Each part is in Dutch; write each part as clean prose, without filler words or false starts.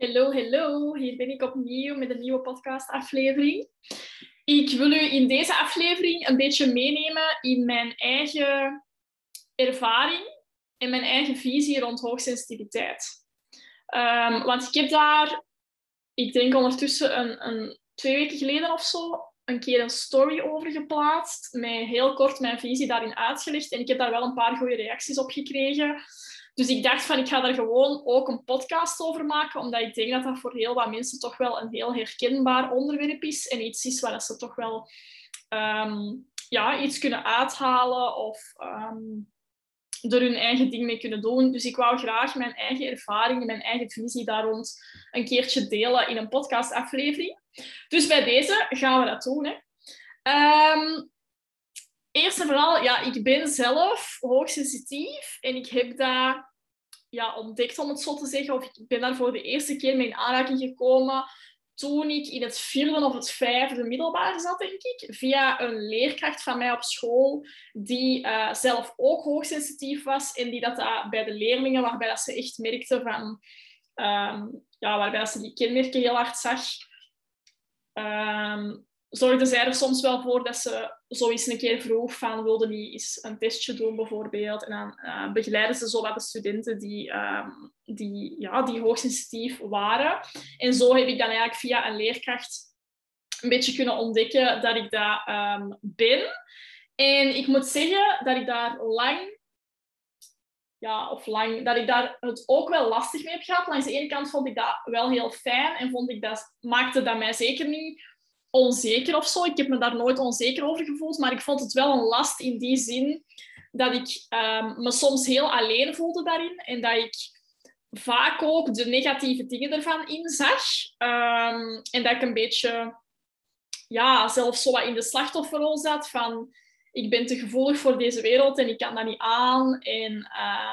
Hallo, hallo. Hier ben ik opnieuw met een nieuwe podcastaflevering. Ik wil u in deze aflevering een beetje meenemen in mijn eigen ervaring en mijn eigen visie rond hoogsensitiviteit. Want ik heb daar, ik denk ondertussen 2 weken geleden of zo, een keer een story over geplaatst, met heel kort mijn visie daarin uitgelegd. En ik heb daar wel een paar goede reacties op gekregen. Dus ik dacht van, ik ga daar gewoon ook een podcast over maken, omdat ik denk dat dat voor heel wat mensen toch wel een heel herkenbaar onderwerp is en iets is waar ze toch wel iets kunnen uithalen of er hun eigen ding mee kunnen doen. Dus ik wou graag mijn eigen ervaring, mijn eigen visie daar rond een keertje delen in een podcastaflevering. Dus bij deze gaan we dat doen. Hè. Eerst en vooral, ik ben zelf hoogsensitief en ik heb dat ontdekt, om het zo te zeggen. Of ik ben daar voor de eerste keer mee in aanraking gekomen toen ik in het 4e of het 5e middelbaar zat, denk ik, via een leerkracht van mij op school die zelf ook hoogsensitief was en die dat bij de leerlingen, waarbij dat ze echt merkte van... waarbij dat ze die kenmerken heel hard zag... zorgde zij er soms wel voor dat ze zo eens een keer vroeg van wilde niet eens een testje doen bijvoorbeeld. En dan begeleiden ze zo wat de studenten die hoogsensitief waren. En zo heb ik dan eigenlijk via een leerkracht een beetje kunnen ontdekken dat ik dat ben. En ik moet zeggen dat ik daar dat ik daar het ook wel lastig mee heb gehad. Langs de ene kant vond ik dat wel heel fijn en maakte dat mij zeker niet onzeker of zo. Ik heb me daar nooit onzeker over gevoeld, maar ik vond het wel een last in die zin dat ik me soms heel alleen voelde daarin en dat ik vaak ook de negatieve dingen ervan inzag. En dat ik een beetje zelfs zo wat in de slachtofferrol zat van ik ben te gevoelig voor deze wereld en ik kan dat niet aan. En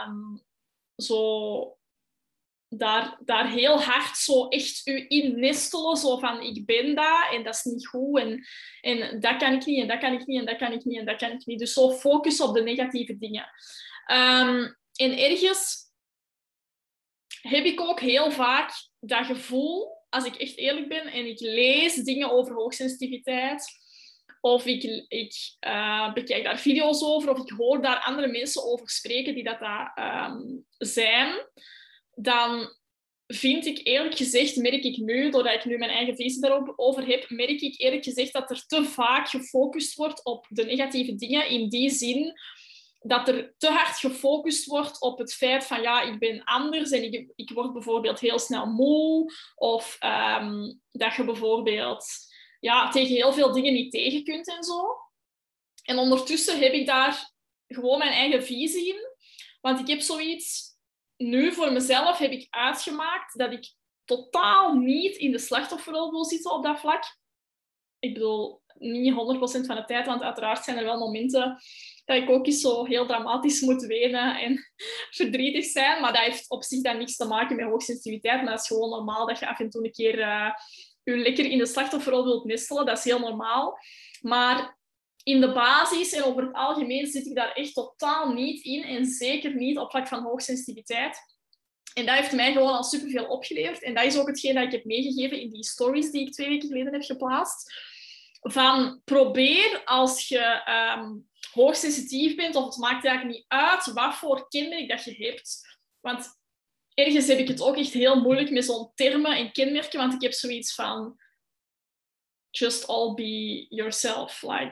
zo daar heel hard zo echt u in nestelen. Zo van, ik ben dat en dat is niet goed. En dat kan ik niet en dat kan ik niet en dat kan ik niet en dat kan ik niet. Dus zo focus op de negatieve dingen. En ergens heb ik ook heel vaak dat gevoel, als ik echt eerlijk ben, en ik lees dingen over hoogsensitiviteit, of ik bekijk daar video's over, of ik hoor daar andere mensen over spreken die dat zijn, dan vind ik eerlijk gezegd, merk ik nu, doordat ik nu mijn eigen visie daarover heb, merk ik eerlijk gezegd dat er te vaak gefocust wordt op de negatieve dingen, in die zin dat er te hard gefocust wordt op het feit van ik ben anders en ik word bijvoorbeeld heel snel moe, of dat je bijvoorbeeld tegen heel veel dingen niet tegen kunt en zo. En ondertussen heb ik daar gewoon mijn eigen visie in, want ik heb zoiets... Nu, voor mezelf, heb ik uitgemaakt dat ik totaal niet in de slachtofferrol wil zitten op dat vlak. Ik bedoel, niet 100% van de tijd, want uiteraard zijn er wel momenten dat ik ook eens zo heel dramatisch moet wenen en verdrietig zijn. Maar dat heeft op zich dan niks te maken met hoogsensitiviteit. Maar dat is gewoon normaal dat je af en toe een keer je lekker in de slachtofferrol wilt nestelen. Dat is heel normaal. Maar in de basis en over het algemeen zit ik daar echt totaal niet in. En zeker niet op vlak van hoogsensitiviteit. En dat heeft mij gewoon al superveel opgeleverd. En dat is ook hetgeen dat ik heb meegegeven in die stories die ik 2 weken geleden heb geplaatst. Van probeer als je hoogsensitief bent, of het maakt eigenlijk niet uit wat voor kenmerk dat je hebt. Want ergens heb ik het ook echt heel moeilijk met zo'n termen en kenmerken, want ik heb zoiets van just all be yourself. Like,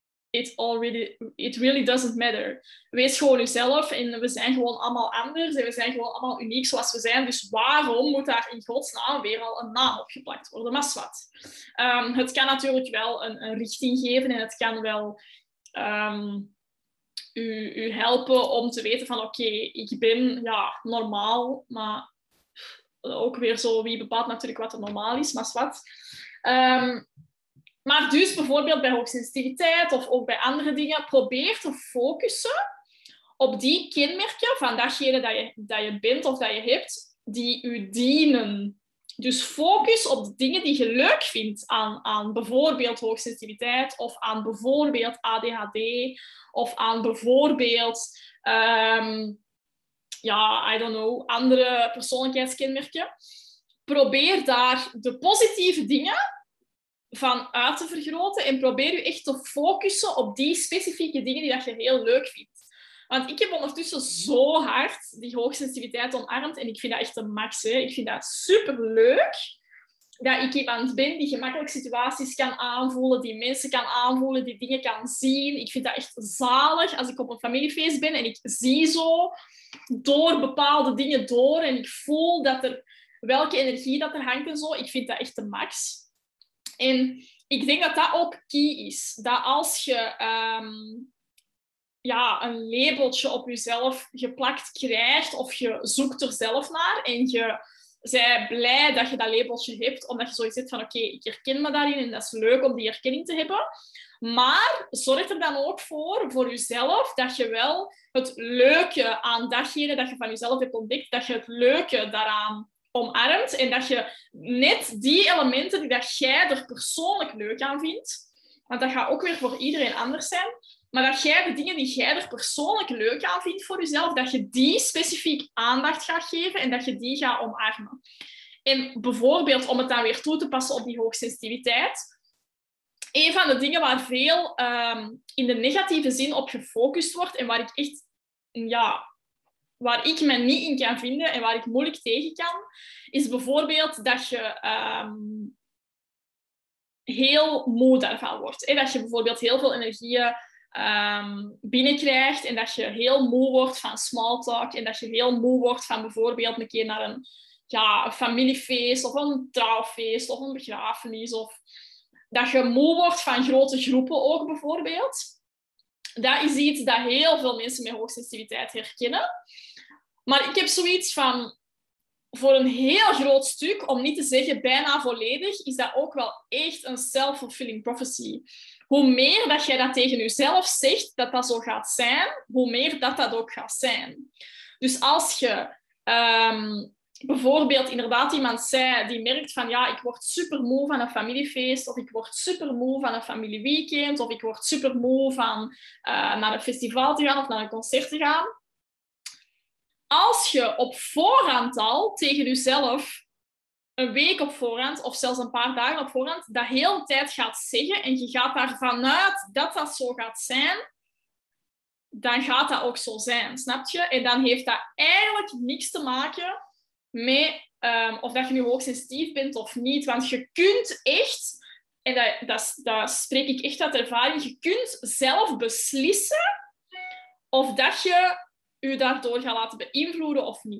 it really doesn't matter. Wees gewoon jezelf en we zijn gewoon allemaal anders en we zijn gewoon allemaal uniek zoals we zijn. Dus waarom moet daar in godsnaam weer al een naam op geplakt worden? Maar zwart. Het kan natuurlijk wel een richting geven en het kan wel u helpen om te weten van oké, ik ben normaal, maar ook weer zo, wie bepaalt natuurlijk wat er normaal is, maar zwart. Maar dus bijvoorbeeld bij hoogsensitiviteit of ook bij andere dingen, probeer te focussen op die kenmerken van datgene dat je bent of dat je hebt, die u dienen. Dus focus op de dingen die je leuk vindt aan bijvoorbeeld hoogsensitiviteit of aan bijvoorbeeld ADHD of aan bijvoorbeeld I don't know, andere persoonlijkheidskenmerken. probeer daar de positieve dingen van uit te vergroten en probeer je echt te focussen op die specifieke dingen die dat je heel leuk vindt. Want ik heb ondertussen zo hard die hoogsensitiviteit omarmd en ik vind dat echt een max. Hè. Ik vind dat superleuk dat ik iemand ben die gemakkelijk situaties kan aanvoelen, die mensen kan aanvoelen, die dingen kan zien. Ik vind dat echt zalig als ik op een familiefeest ben en ik zie zo door bepaalde dingen door en ik voel dat er welke energie dat er hangt en zo. Ik vind dat echt de max. En ik denk dat dat ook key is. Dat als je een labeltje op jezelf geplakt krijgt of je zoekt er zelf naar en je bent blij dat je dat labeltje hebt, omdat je zoiets hebt van oké, ik herken me daarin en dat is leuk om die herkenning te hebben. Maar zorg er dan ook voor jezelf dat je wel het leuke aan datgene dat je van jezelf hebt ontdekt, dat je het leuke daaraan omarmt en dat je net die elementen die dat jij er persoonlijk leuk aan vindt, want dat gaat ook weer voor iedereen anders zijn, maar dat jij de dingen die jij er persoonlijk leuk aan vindt voor jezelf, dat je die specifiek aandacht gaat geven en dat je die gaat omarmen. En bijvoorbeeld, om het dan weer toe te passen op die hoogsensitiviteit, een van de dingen waar veel in de negatieve zin op gefocust wordt en waar ik echt, waar ik me niet in kan vinden en waar ik moeilijk tegen kan, is bijvoorbeeld dat je heel moe daarvan wordt. Dat je bijvoorbeeld heel veel energieën binnenkrijgt en dat je heel moe wordt van small talk en dat je heel moe wordt van bijvoorbeeld een keer naar een familiefeest of een trouwfeest of een begrafenis of dat je moe wordt van grote groepen ook bijvoorbeeld. Dat is iets dat heel veel mensen met hoogsensitiviteit herkennen. Maar ik heb zoiets van, voor een heel groot stuk, om niet te zeggen bijna volledig, is dat ook wel echt een self-fulfilling prophecy. Hoe meer dat jij dat tegen jezelf zegt, dat dat zo gaat zijn, hoe meer dat dat ook gaat zijn. Dus als je bijvoorbeeld inderdaad iemand zei die merkt van ik word supermoe van een familiefeest of ik word supermoe van een familieweekend of ik word supermoe van naar een festival te gaan of naar een concert te gaan. Als je op voorhand al tegen jezelf een week op voorhand of zelfs een paar dagen op voorhand dat heel de tijd gaat zeggen en je gaat daarvan uit dat dat zo gaat zijn, dan gaat dat ook zo zijn, snap je? En dan heeft dat eigenlijk niks te maken met of dat je nu hoogsensitief bent of niet. Want je kunt echt, en dat spreek ik echt uit ervaring, je kunt zelf beslissen of dat je je daardoor gaat laten beïnvloeden of niet.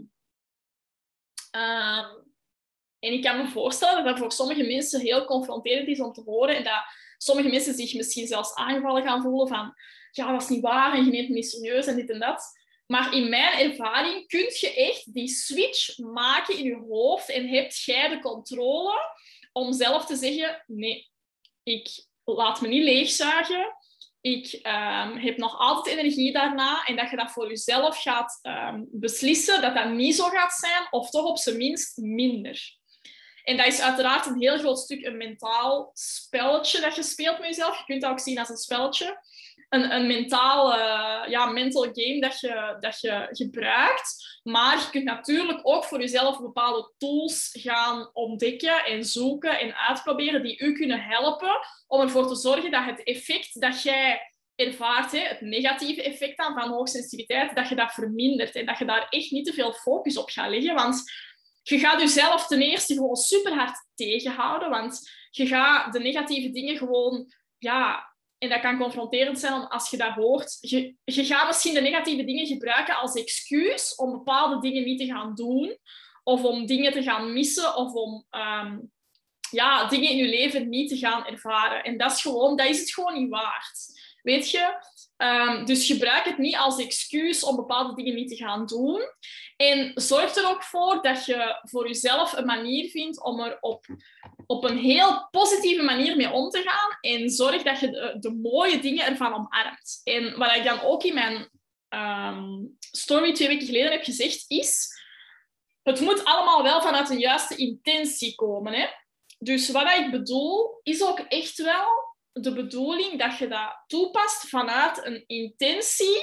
En ik kan me voorstellen dat dat voor sommige mensen heel confronterend is om te horen en dat sommige mensen zich misschien zelfs aangevallen gaan voelen van dat is niet waar en je neemt me niet serieus en dit en dat. Maar in mijn ervaring kun je echt die switch maken in je hoofd en hebt jij de controle om zelf te zeggen nee, ik laat me niet leegzuigen. Ik heb nog altijd energie daarna en dat je dat voor jezelf gaat beslissen dat dat niet zo gaat zijn of toch op zijn minst minder. En dat is uiteraard een heel groot stuk een mentaal spelletje dat je speelt met jezelf. Je kunt dat ook zien als een spelletje. Een mentaal mental game dat je gebruikt. Maar je kunt natuurlijk ook voor jezelf bepaalde tools gaan ontdekken en zoeken en uitproberen die u kunnen helpen om ervoor te zorgen dat het effect dat jij ervaart, het negatieve effect van hoogsensitiviteit, dat je dat vermindert en dat je daar echt niet te veel focus op gaat leggen. Want je gaat jezelf ten eerste gewoon super hard tegenhouden, want je gaat de negatieve dingen gewoon, en dat kan confronterend zijn als je dat hoort. Je gaat misschien de negatieve dingen gebruiken als excuus om bepaalde dingen niet te gaan doen, of om dingen te gaan missen, of om dingen in je leven niet te gaan ervaren. En dat is het gewoon niet waard. Weet je? Dus gebruik het niet als excuus om bepaalde dingen niet te gaan doen. En zorg er ook voor dat je voor jezelf een manier vindt om er op een heel positieve manier mee om te gaan. En zorg dat je de mooie dingen ervan omarmt. En wat ik dan ook in mijn story 2 weken geleden heb gezegd is, het moet allemaal wel vanuit een juiste intentie komen. Hè? Dus wat ik bedoel, is ook echt wel de bedoeling dat je dat toepast vanuit een intentie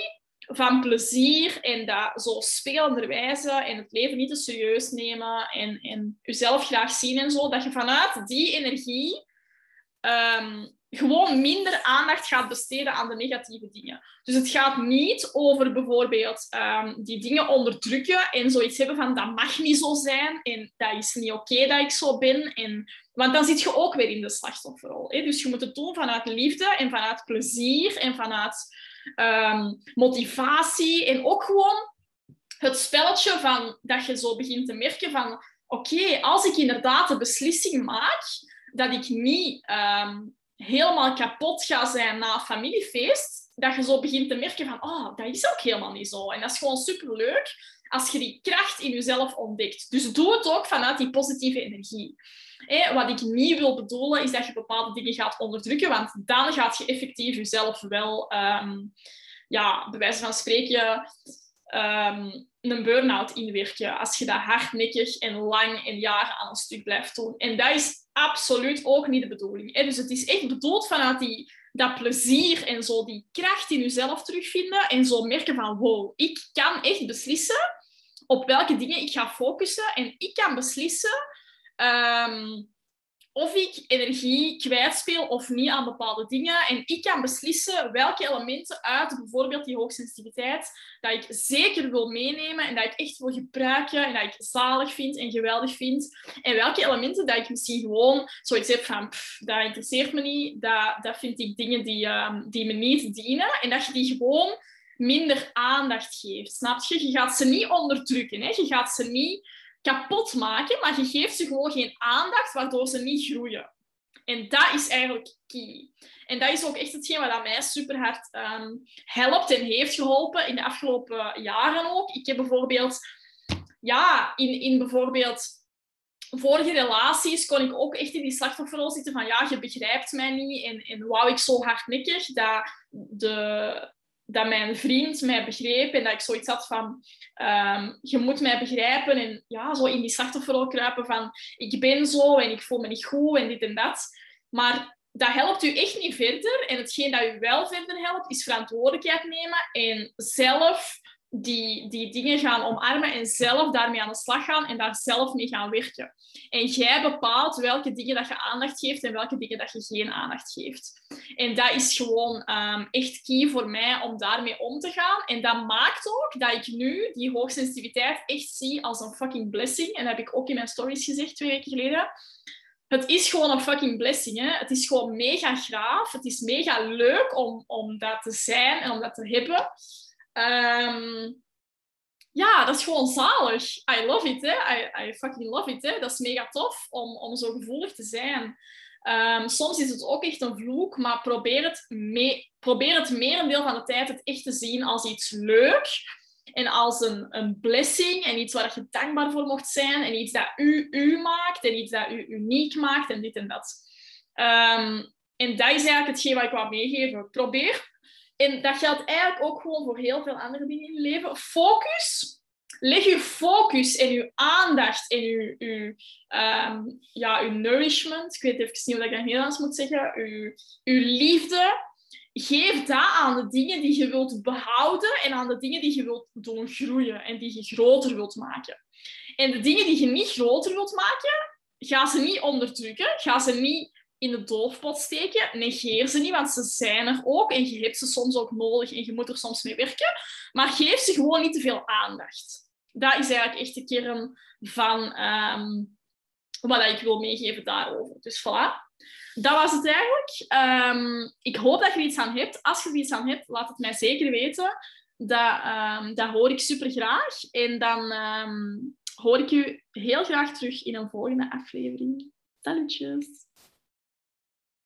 van plezier en dat zo spelenderwijze en het leven niet te serieus nemen en jezelf graag zien en zo, dat je vanuit die energie gewoon minder aandacht gaat besteden aan de negatieve dingen. Dus het gaat niet over bijvoorbeeld die dingen onderdrukken en zoiets hebben van dat mag niet zo zijn en dat is niet oké dat ik zo ben. Want dan zit je ook weer in de slachtofferrol. Hè? Dus je moet het doen vanuit liefde en vanuit plezier en vanuit motivatie en ook gewoon het spelletje van dat je zo begint te merken van oké, als ik inderdaad de beslissing maak dat ik niet helemaal kapot ga zijn na een familiefeest, dat je zo begint te merken van oh, dat is ook helemaal niet zo. En dat is gewoon superleuk als je die kracht in jezelf ontdekt. Dus doe het ook vanuit die positieve energie. Wat ik niet wil bedoelen, is dat je bepaalde dingen gaat onderdrukken, want dan gaat je effectief jezelf wel, bij wijze van spreken, een burn-out inwerken als je dat hardnekkig en lang en jaren aan een stuk blijft doen. En dat is absoluut ook niet de bedoeling. Dus het is echt bedoeld vanuit dat plezier en zo die kracht in jezelf terugvinden en zo merken van wow, ik kan echt beslissen op welke dingen ik ga focussen en ik kan beslissen of ik energie kwijtspeel of niet aan bepaalde dingen. En ik kan beslissen welke elementen uit bijvoorbeeld die hoogsensitiviteit dat ik zeker wil meenemen en dat ik echt wil gebruiken en dat ik zalig vind en geweldig vind. En welke elementen dat ik misschien gewoon zoiets heb van dat interesseert me niet, dat vind ik dingen die me niet dienen. En dat je die gewoon minder aandacht geeft. Snap je? Je gaat ze niet onderdrukken. Hè? Je gaat ze niet kapot maken, maar je geeft ze gewoon geen aandacht, waardoor ze niet groeien. En dat is eigenlijk key. En dat is ook echt hetgeen wat mij super hard helpt en heeft geholpen in de afgelopen jaren ook. Ik heb bijvoorbeeld, in bijvoorbeeld vorige relaties kon ik ook echt in die slachtofferrol zitten van je begrijpt mij niet en wou ik zo hardnekkig dat mijn vriend mij begreep en dat ik zoiets had van je moet mij begrijpen en zo in die slachtofferrol kruipen van ik ben zo en ik voel me niet goed en dit en dat. Maar dat helpt u echt niet verder en hetgeen dat u wel verder helpt is verantwoordelijkheid nemen en zelf die dingen gaan omarmen en zelf daarmee aan de slag gaan en daar zelf mee gaan werken. En jij bepaalt welke dingen dat je aandacht geeft en welke dingen dat je geen aandacht geeft. En dat is gewoon echt key voor mij om daarmee om te gaan. En dat maakt ook dat ik nu die hoogsensitiviteit echt zie als een fucking blessing. En dat heb ik ook in mijn stories gezegd 2 weken geleden. Het is gewoon een fucking blessing. Hè? Het is gewoon mega graaf. Het is mega leuk om dat te zijn en om dat te hebben. Dat is gewoon zalig. I love it, hè. I fucking love it, hè. Dat is mega tof om zo gevoelig te zijn. Soms is het ook echt een vloek, maar probeer het merendeel van de tijd het echt te zien als iets leuk en als een blessing en iets waar je dankbaar voor mocht zijn en iets dat u maakt en iets dat u uniek maakt en dit en dat. En dat is eigenlijk hetgeen wat ik wou meegeven. Probeer. En dat geldt eigenlijk ook gewoon voor heel veel andere dingen in je leven. Focus. Leg je focus en je aandacht en je nourishment. Ik weet even niet wat ik in Nederlands moet zeggen. Je liefde. Geef dat aan de dingen die je wilt behouden en aan de dingen die je wilt doen groeien en die je groter wilt maken. En de dingen die je niet groter wilt maken, ga ze niet onderdrukken. Ga ze niet in de doofpot steken. Negeer ze niet, want ze zijn er ook. En je hebt ze soms ook nodig en je moet er soms mee werken. Maar geef ze gewoon niet te veel aandacht. Dat is eigenlijk echt de kern van wat ik wil meegeven daarover. Dus voilà. Dat was het eigenlijk. Ik hoop dat je er iets aan hebt. Als je er iets aan hebt, laat het mij zeker weten. Dat hoor ik super graag. En dan hoor ik u heel graag terug in een volgende aflevering. Salutjes!